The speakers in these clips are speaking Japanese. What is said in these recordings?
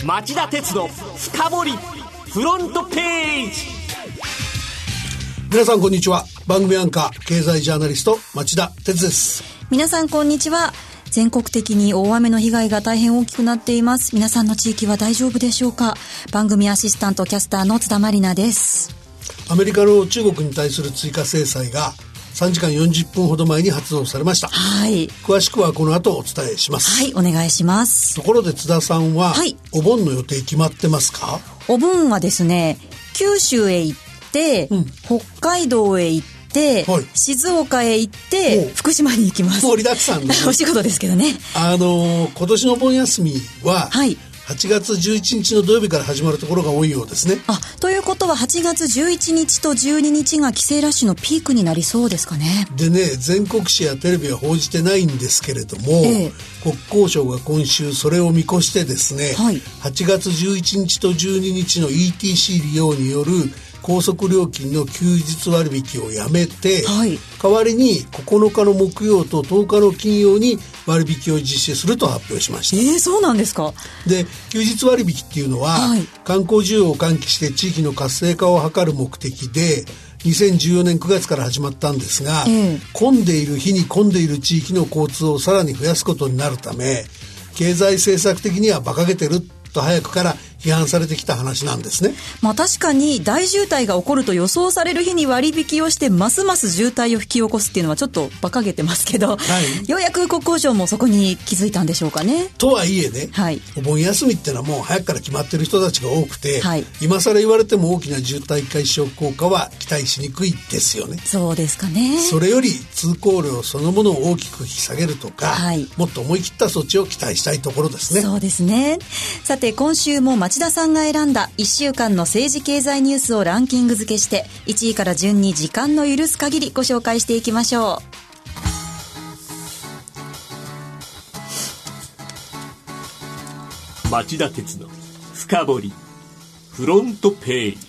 町田鉄の深掘りフロントページ。 皆さんこんにちは。番組アンカー経済ジャーナリスト町田鉄です。 皆さんこんにちは。全国的に大雨の被害が大変大きくなっています。皆さんの地域は大丈夫でしょうか。番組アシスタントキャスターの津田まりなです。 アメリカの中国に対する追加制裁が3時間40分ほど前に発動されました。 はい。 詳しくはこの後お伝えします。 はい、お願いします。 ところで津田さんは、はい、お盆の予定決まってますか？ お盆はですね、九州へ行って、北海道へ行って、はい、静岡へ行って福島に行きます。 盛りだくさんで、ね、 お仕事ですけどね。 今年のお盆休みは、 はい、 8月11日の土曜日から始まるところが多いようですね。 ということは8月11日と12日が帰省ラッシュのピークになりそうですかね。 でね、全国紙やテレビは報じてないんですけれども、国交省が今週それを見越してですね、はい、8月11日と12日の ETC 利用による高速料金の休日割引をやめて、はい、代わりに9日の木曜と10日の金曜に割引を実施すると発表しました。 そうなんですか。 で、休日割引っていうのは、はい、観光需要を喚起して地域の活性化を図る目的で2014年9月から始まったんですが、混んでいる日に混んでいる地域の交通をさらに増やすことになるため、経済政策的には馬鹿げてると早くから批判されてきた話なんですね。 確かに大渋滞が起こると予想される日に割引をしてますます渋滞を引き起こすっていうのはちょっと馬鹿げてますけど、はい、ようやく国交省もそこに気づいたんでしょうかね。 とはいえね、 はい、 お盆休みってのはもう早くから決まってる人たちが多くて、はい、今更言われても大きな渋滞解消効果は期待しにくいですよね。 そうですかね。 それより通行量そのものを大きく引き下げるとか、はい、もっと思い切った措置を期待したいところですね。 そうですね。さて今週も町田さんが選んだ1週間の政治経済ニュースをランキング付けして1位から順に時間の許す限りご紹介していきましょう。町田鉄の深掘りフロントページ。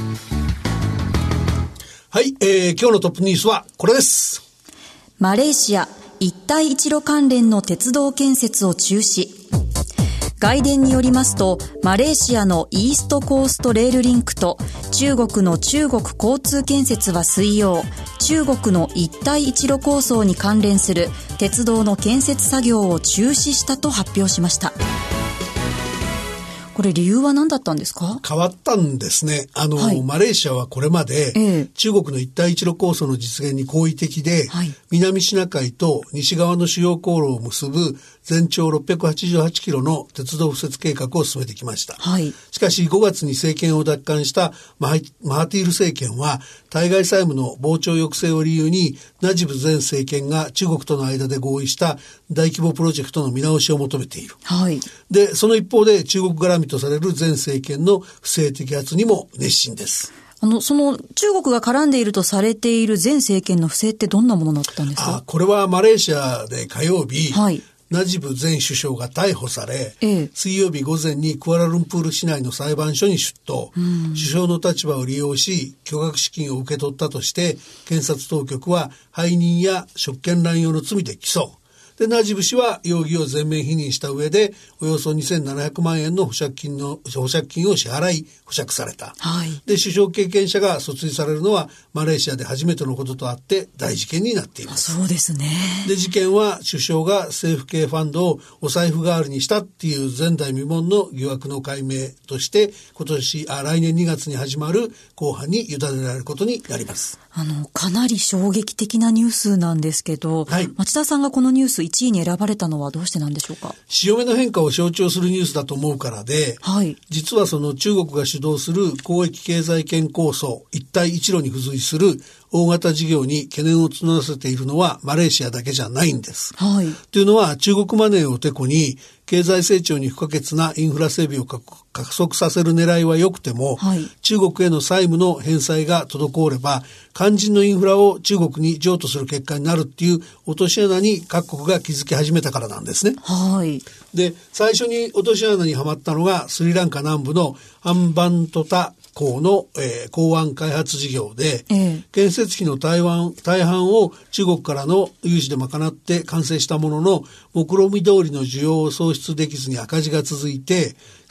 はい、今日のトップニュースはこれです。 マレーシア一帯一路関連の鉄道建設を中止。外電によりますと、マレーシアのイーストコーストレールリンクと中国の中国交通建設は水曜、中国の一帯一路構想に関連する鉄道の建設作業を中止したと発表しました。これ理由は何だったんですか？ 変わったんですね。はい、マレーシアはこれまで、中国の一帯一路構想の実現に好意的で、はい、南シナ海と西側の主要航路を結ぶ全長688キロの鉄道敷設計画を進めてきました。はい、しかし5月に政権を奪還したマハティール政権は対外債務の膨張抑制を理由にナジブ前政権が中国との間で合意した大規模プロジェクトの見直しを求めている。はい、でその一方で中国絡みとされる前政権の不正摘発にも熱心です。 その中国が絡んでいるとされている前政権の不正ってどんなものだったんですか？ これはマレーシアで火曜日、はい、ナジブ前首相が逮捕され、水曜日午前にクアラルンプール市内の裁判所に出頭、首相の立場を利用し巨額資金を受け取ったとして検察当局は背任や職権乱用の罪で起訴で、ナジブ氏は容疑を全面否認した上でおよそ2700万円の保釈金を支払い保釈された。はい、で首相経験者が訴追されるのはマレーシアで初めてのこととあって大事件になっています。 そうですね。 で事件は首相が政府系ファンドをお財布代わりにしたっていう前代未聞の疑惑の解明として来年2月に始まる公判に委ねられることになります。 かなり衝撃的なニュースなんですけど、はい、町田さんがこのニュース1位に選ばれたのはどうしてなんでしょうか？ 潮目の変化を象徴するニュースだと思うからで、はい、実はその中国が主導する広域経済圏構想一帯一路に付随する大型事業に懸念を募らせているのはマレーシアだけじゃないんです。はい、というのは中国マネーをてこに経済成長に不可欠なインフラ整備を加速させる狙いは良くても、はい、中国への債務の返済が滞れば肝心のインフラを中国に譲渡する結果になるっていう落とし穴に各国が気づき始めたからなんですね。はい、で最初に落とし穴にはまったのがスリランカ南部のハンバントタ港の、港湾開発事業で、建設費の大半を中国からの融資で賄って完成したものの目論見通りの需要を創出できずに赤字が続いて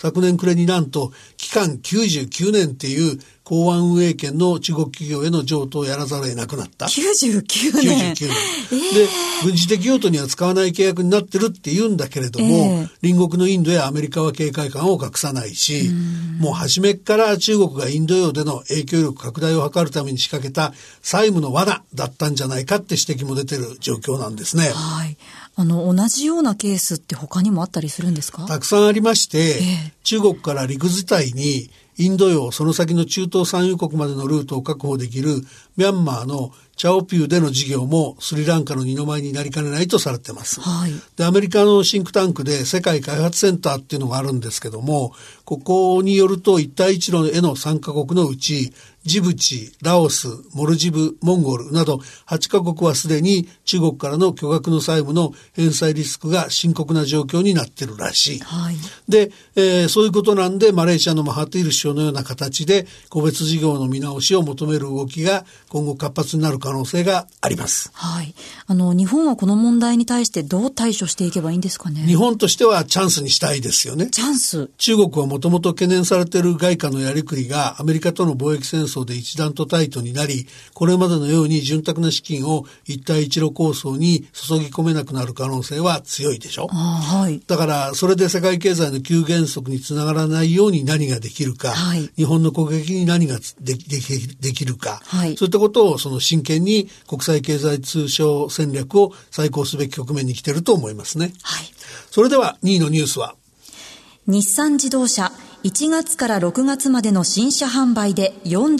昨年暮れになんと期間99年っていう港湾運営権の中国企業への譲渡をやらざるを得なくなった。 99年。 で、軍事的用途には使わない契約になってるって言うんだけれども、隣国のインドやアメリカは警戒感を隠さないし、もう初めっから中国がインド洋での影響力拡大を図るために仕掛けた債務の罠だったんじゃないかって指摘も出てる状況なんですね。 はい。同じようなケースって他にもあったりするんですか？ たくさんありまして、中国から陸伝いにインド洋その先の中東産油国までのルートを確保できるミャンマーのチャオピューでの事業もスリランカの二の舞になりかねないとされています、でアメリカのシンクタンクで世界開発センターっていうのがあるんですけども、ここによると一帯一路への参加国のうちジブチ、ラオス、モルジブ、モンゴルなど8カ国はすでに中国からの巨額の債務の返済リスクが深刻な状況になっているらしい、で、そういうことなんでマレーシアのマハティール首相のような形で個別事業の見直しを求める動きが今後活発になる可能性があります。 日本はこの問題に対してどう対処していけばいいんですかね？ 日本としてはチャンスにしたいですよね。 チャンス。 中国はもともと懸念されている外貨のやりくりがアメリカとの貿易戦争で一段とタイトになり、これまでのように潤沢な資金を一帯一路構想に注ぎ込めなくなる可能性は強いでしょ。だからそれで世界経済の急減速につながらないように何ができるか、日本の攻撃に何ができるか、そういったことを真剣に国際経済通商戦略を再考すべき局面に来ていると思いますね。それでは2位のニュースは、 日産自動車1月から6月までの新車販売で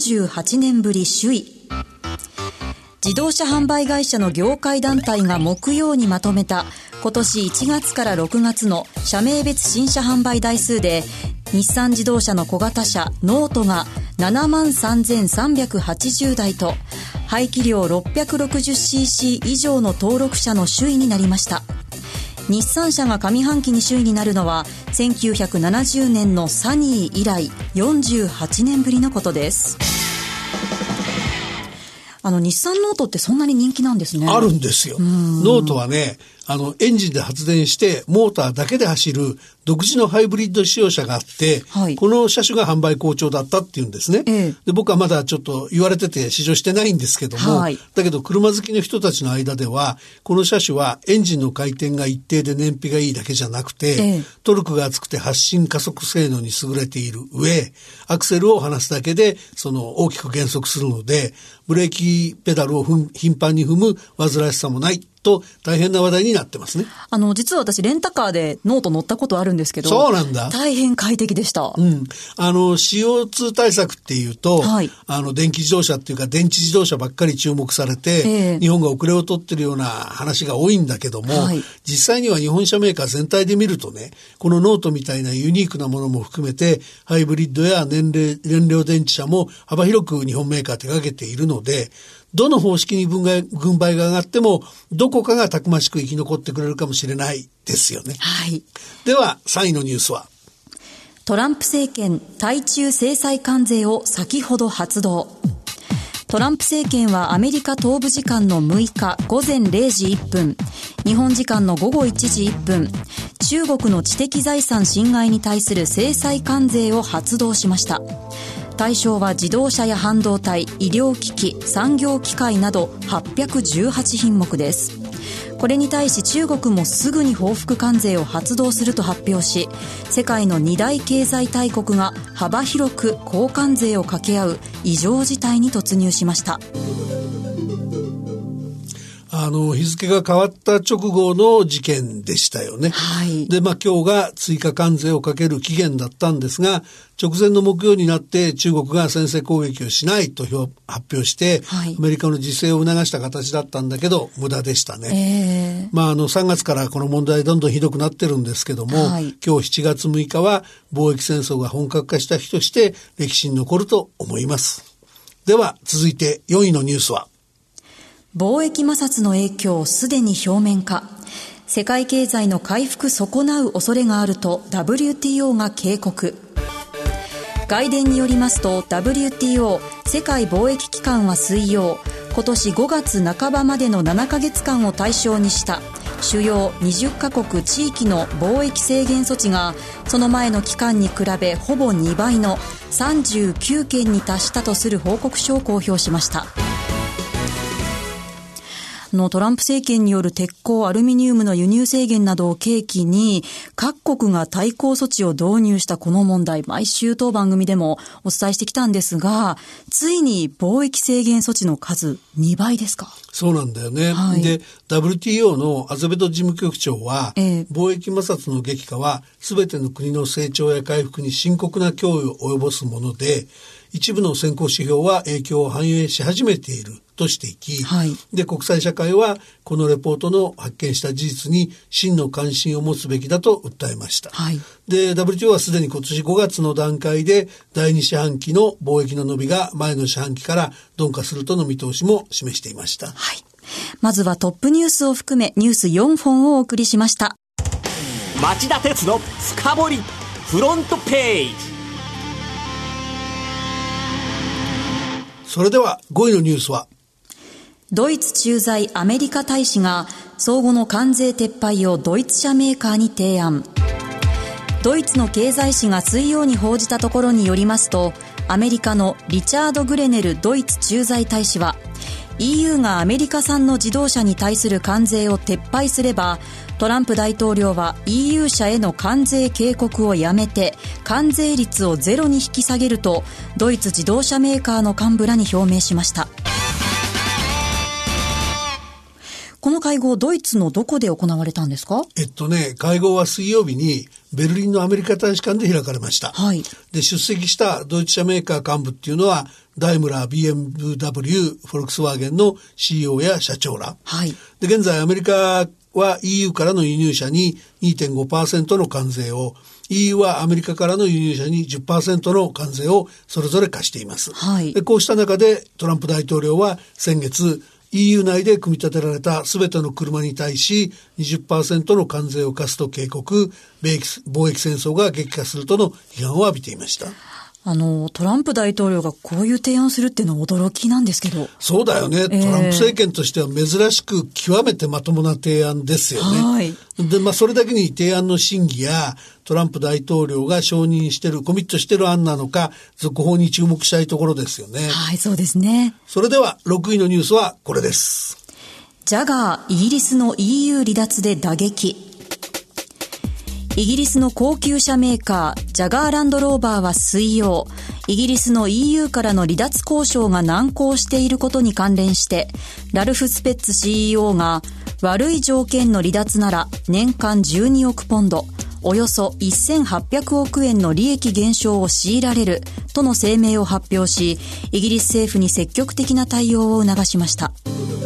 48年ぶり首位。自動車販売会社の業界団体が木曜にまとめた今年1月から6月の社名別新車販売台数で、日産自動車の小型車ノートが73,380台と排気量 660cc 以上の登録車の首位になりました。日産車が上半期に首位になるのは1970年のサニー以来48年ぶりのことです。日産ノートってそんなに人気なんですね。 あるんですよ。ノートはね、エンジンで発電してモーターだけで走る独自のハイブリッド仕様車があって、この車種が販売好調だったっていうんですね、で僕はまだちょっと言われてて試乗してないんですけども、だけど車好きの人たちの間ではこの車種はエンジンの回転が一定で燃費がいいだけじゃなくて、トルクが厚くて発進加速性能に優れている上、アクセルを離すだけで大きく減速するので、ブレーキペダルを頻繁に踏む煩わしさもないと大変な話題になってますね。 実は私レンタカーでノート乗ったことあるんですけど、 そうなんだ。 大変快適でした。 CO2 対策っていうと、電気自動車っていうか電池自動車ばっかり注目されて、日本が遅れを取ってるような話が多いんだけども、実際には日本車メーカー全体で見るとね、このノートみたいなユニークなものも含めてハイブリッドや燃料電池車も幅広く日本メーカー手掛けているので、どの方式に軍配が上がってもどこかがたくましく生き残ってくれるかもしれないですよね。では3位のニュースは、 トランプ政権対中制裁関税を先ほど発動。トランプ政権はアメリカ東部時間の6日午前0時1分、日本時間の午後1時1分、中国の知的財産侵害に対する制裁関税を発動しました。対象は自動車や半導体、医療機器、産業機械など818品目です。これに対し中国もすぐに報復関税を発動すると発表し、世界の2大経済大国が幅広く高関税を掛け合う異常事態に突入しました。 日付が変わった直後の事件でしたよね。で、今日が追加関税をかける期限だったんですが、直前の木曜になって中国が先制攻撃をしないと発表して、アメリカの自制を促した形だったんだけど無駄でしたね。3月からこの問題どんどんひどくなってるんですけども、今日7月6日は貿易戦争が本格化した日として歴史に残ると思います。では続いて4位のニュースは、 貿易摩擦の影響すでに表面化。世界経済の回復損なう恐れがあると WTO が警告。外電によりますと WTO 世界貿易機関は水曜、今年5月半ばまでの7ヶ月間を対象にした主要20カ国地域の貿易制限措置がその前の期間に比べほぼ2倍の39件に達したとする報告書を公表しました。トランプ政権による鉄鋼、アルミニウムの輸入制限などを契機に各国が対抗措置を導入したこの問題、毎週当番組でもお伝えしてきたんですが、ついに貿易制限措置の数2倍ですか？ そうなんだよね、はい、で WTO のアゼベド事務局長は、貿易摩擦の激化は全ての国の成長や回復に深刻な脅威を及ぼすもので、一部の先行指標は影響を反映し始めているとしていき、はい、で国際社会はこのレポートの発見した事実に真の関心を持つべきだと訴えました、はい、で WTO はすでに今年5月の段階で第2四半期の貿易の伸びが前の四半期から鈍化するとの見通しも示していました、はい、 まずはトップニュースを含めニュース4本をお送りしました。 町田鉄の深掘りフロントページ。 それでは5位のニュースは、 ドイツ駐在アメリカ大使が相互の関税撤廃をドイツ車メーカーに提案。ドイツの経済誌が水曜に報じたところによりますと、アメリカのリチャード・グレネルドイツ駐在大使は EU がアメリカ産の自動車に対する関税を撤廃すれば、トランプ大統領は EU 車への関税警告をやめて関税率をゼロに引き下げるとドイツ自動車メーカーの幹部らに表明しました。この会合、ドイツのどこで行われたんですか？ 会合は水曜日にベルリンのアメリカ大使館で開かれました、はい、で出席したドイツ車メーカー幹部っていうのはダイムラー、BMW、フォルクスワーゲンの CEO や社長ら、はい、で現在アメリカは EU からの輸入車に 2.5% の関税を、 EU はアメリカからの輸入車に 10% の関税をそれぞれ課しています、はい、でこうした中でトランプ大統領は先月EU 内で組み立てられたすべての車に対し 20% の関税を課すと警告、貿易戦争が激化するとの批判を浴びていました。 トランプ大統領がこういう提案するっていうのは驚きなんですけど。 そうだよね、トランプ政権としては珍しく極めてまともな提案ですよね。はい。で、それだけに提案の審議やトランプ大統領が承認している、コミットしている案なのか、続報に注目したいところですよね。 はい、そうですね。 それでは6位のニュースはこれです。 ジャガー、イギリスの EU 離脱で打撃。イギリスの高級車メーカージャガーランドローバーは水曜、イギリスの EU からの離脱交渉が難航していることに関連してラルフ・スペッツ CEO が悪い条件の離脱なら年間12億ポンド、およそ1800億円の利益減少を強いられるとの声明を発表し、イギリス政府に積極的な対応を促しました。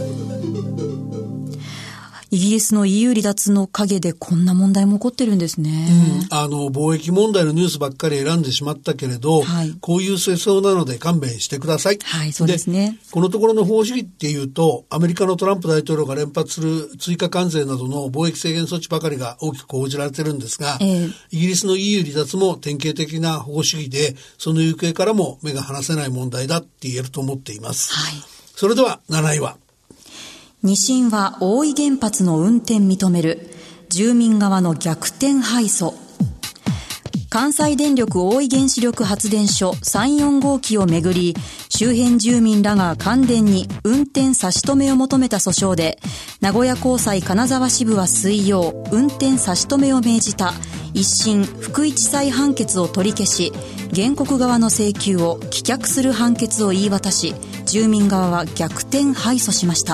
イギリスの EU 離脱の陰でこんな問題も起こってるんですね。 貿易問題のニュースばっかり選んでしまったけれど、はい、こういう世相なので勘弁してください。 はい、そうですね。 このところの方針っていうと、アメリカのトランプ大統領が連発する追加関税などの貿易制限措置ばかりが大きく報じられてるんですが、イギリスの EU 離脱も典型的な保護主義で、その行方からも目が離せない問題だって言えると思っています。はい、それでは7位は、 2審は大井原発の運転認める、住民側の逆転敗訴。関西電力大井原子力発電所3、4号機をめぐり、周辺住民らが関電に運転差し止めを求めた訴訟で、名古屋高裁金沢支部は水曜、運転差し止めを命じた一審福井地裁判決を取り消し、原告側の請求を棄却する判決を言い渡し、住民側は逆転敗訴しました。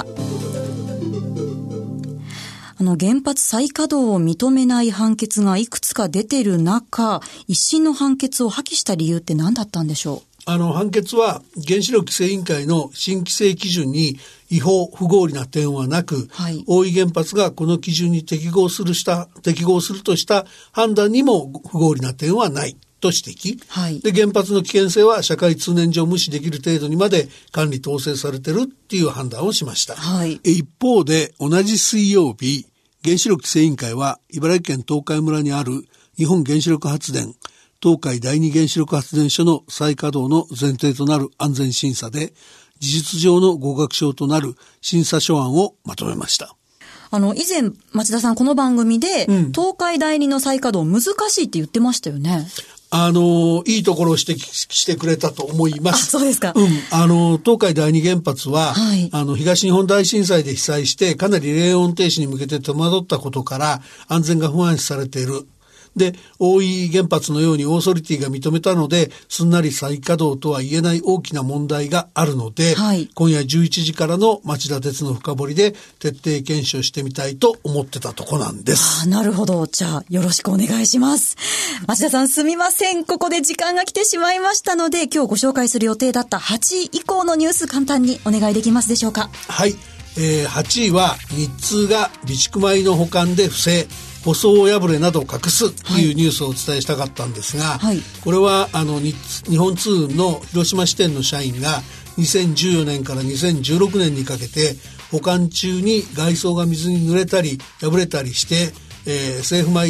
原発再稼働を認めない判決がいくつか出ている中、一審の判決を破棄した理由って何だったんでしょう？ 判決は原子力規制委員会の新規制基準に違法不合理な点はなく、はい、大井原発がこの基準に適合するとした判断にも不合理な点はないと指摘、はい、で原発の危険性は社会通念上無視できる程度にまで管理統制されているっていう判断をしました、はい、一方で同じ水曜日、原子力規制委員会は茨城県東海村にある日本原子力発電東海第二原子力発電所の再稼働の前提となる安全審査で事実上の合格証となる審査書案をまとめました。 以前町田さんこの番組で、東海第二の再稼働難しいって言ってましたよね。 いいところを指摘してくれたと思います。 そうですか。 東海第二原発は、東日本大震災で被災してかなり冷温停止に向けて戸惑ったことから安全が不安視されている。で、大井原発のようにオーソリティが認めたので、すんなり再稼働とは言えない大きな問題があるので、今夜11時からの町田鉄の深掘りで徹底検証してみたいと思ってたとこなんです。 なるほど。じゃあ、よろしくお願いします。町田さんすみません。ここで時間が来てしまいましたので、今日ご紹介する予定だった8位以降のニュース簡単にお願いできますでしょうか。 はい。8位は、日通が備蓄米の保管で不正。舗装破れなどを隠すというニュースをお伝えしたかったんですが、これは日本通運の広島支店の社員が2014年から2016年にかけて保管中に外装が水に濡れたり破れたりして、政府米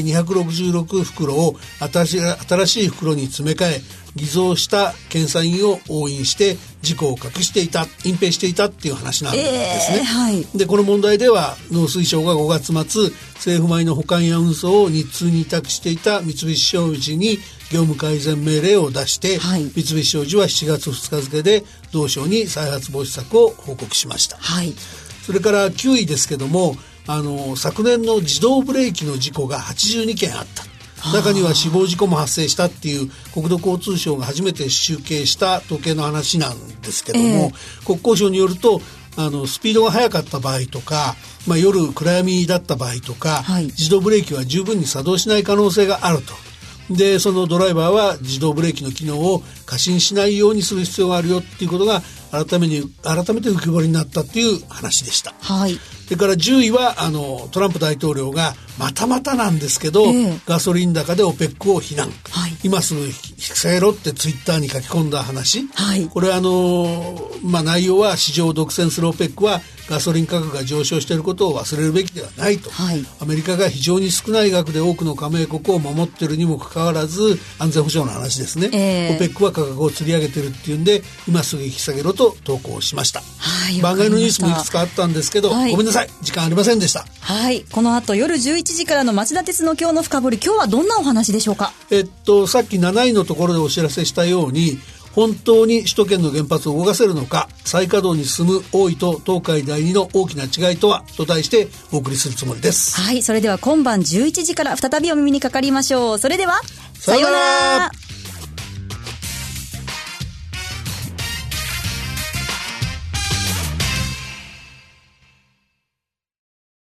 266袋を新しい袋に詰め替え偽造した検査員を押印して事故を隠していた、隠蔽していたっていう話なんですね。で、この問題では農水省が5月末、政府米の保管や運送を日通に委託していた三菱商事に業務改善命令を出して、三菱商事は7月2日付で同省に再発防止策を報告しました。それから9位ですけども、昨年の自動ブレーキの事故が82件あった。中には死亡事故も発生したっていう国土交通省が初めて集計した統計の話なんですけども、国交省によるとスピードが速かった場合とか、夜暗闇だった場合とか、自動ブレーキは十分に作動しない可能性があると。で、そのドライバーは自動ブレーキの機能を過信しないようにする必要があるよっていうことが改めて浮き彫りになったっていう話でした。それから10位はトランプ大統領がまたまたなんですけど、ガソリン高で OPEC を非難、今すぐ引き下げろってツイッターに書き込んだ話、これ内容は市場を独占する OPEC はガソリン価格が上昇していることを忘れるべきではないと、アメリカが非常に少ない額で多くの加盟国を守っているにもかかわらず安全保障の話ですね、OPEC は価格を釣り上げているっていうんで今すぐ引き下げろと投稿しました。番外のニュースもいくつかあったんですけど、ごめんなさい、時間ありませんでした。 この後夜11時からの町田鉄の今日の深掘り、今日はどんなお話でしょうか。 さっき7位のところでお知らせしたように、本当に首都圏の原発を動かせるのか、再稼働に進む大井と東海第二の大きな違いとはと題してお送りするつもりです。 それでは今晩11時から再びお耳にかかりましょう。それではさようなら。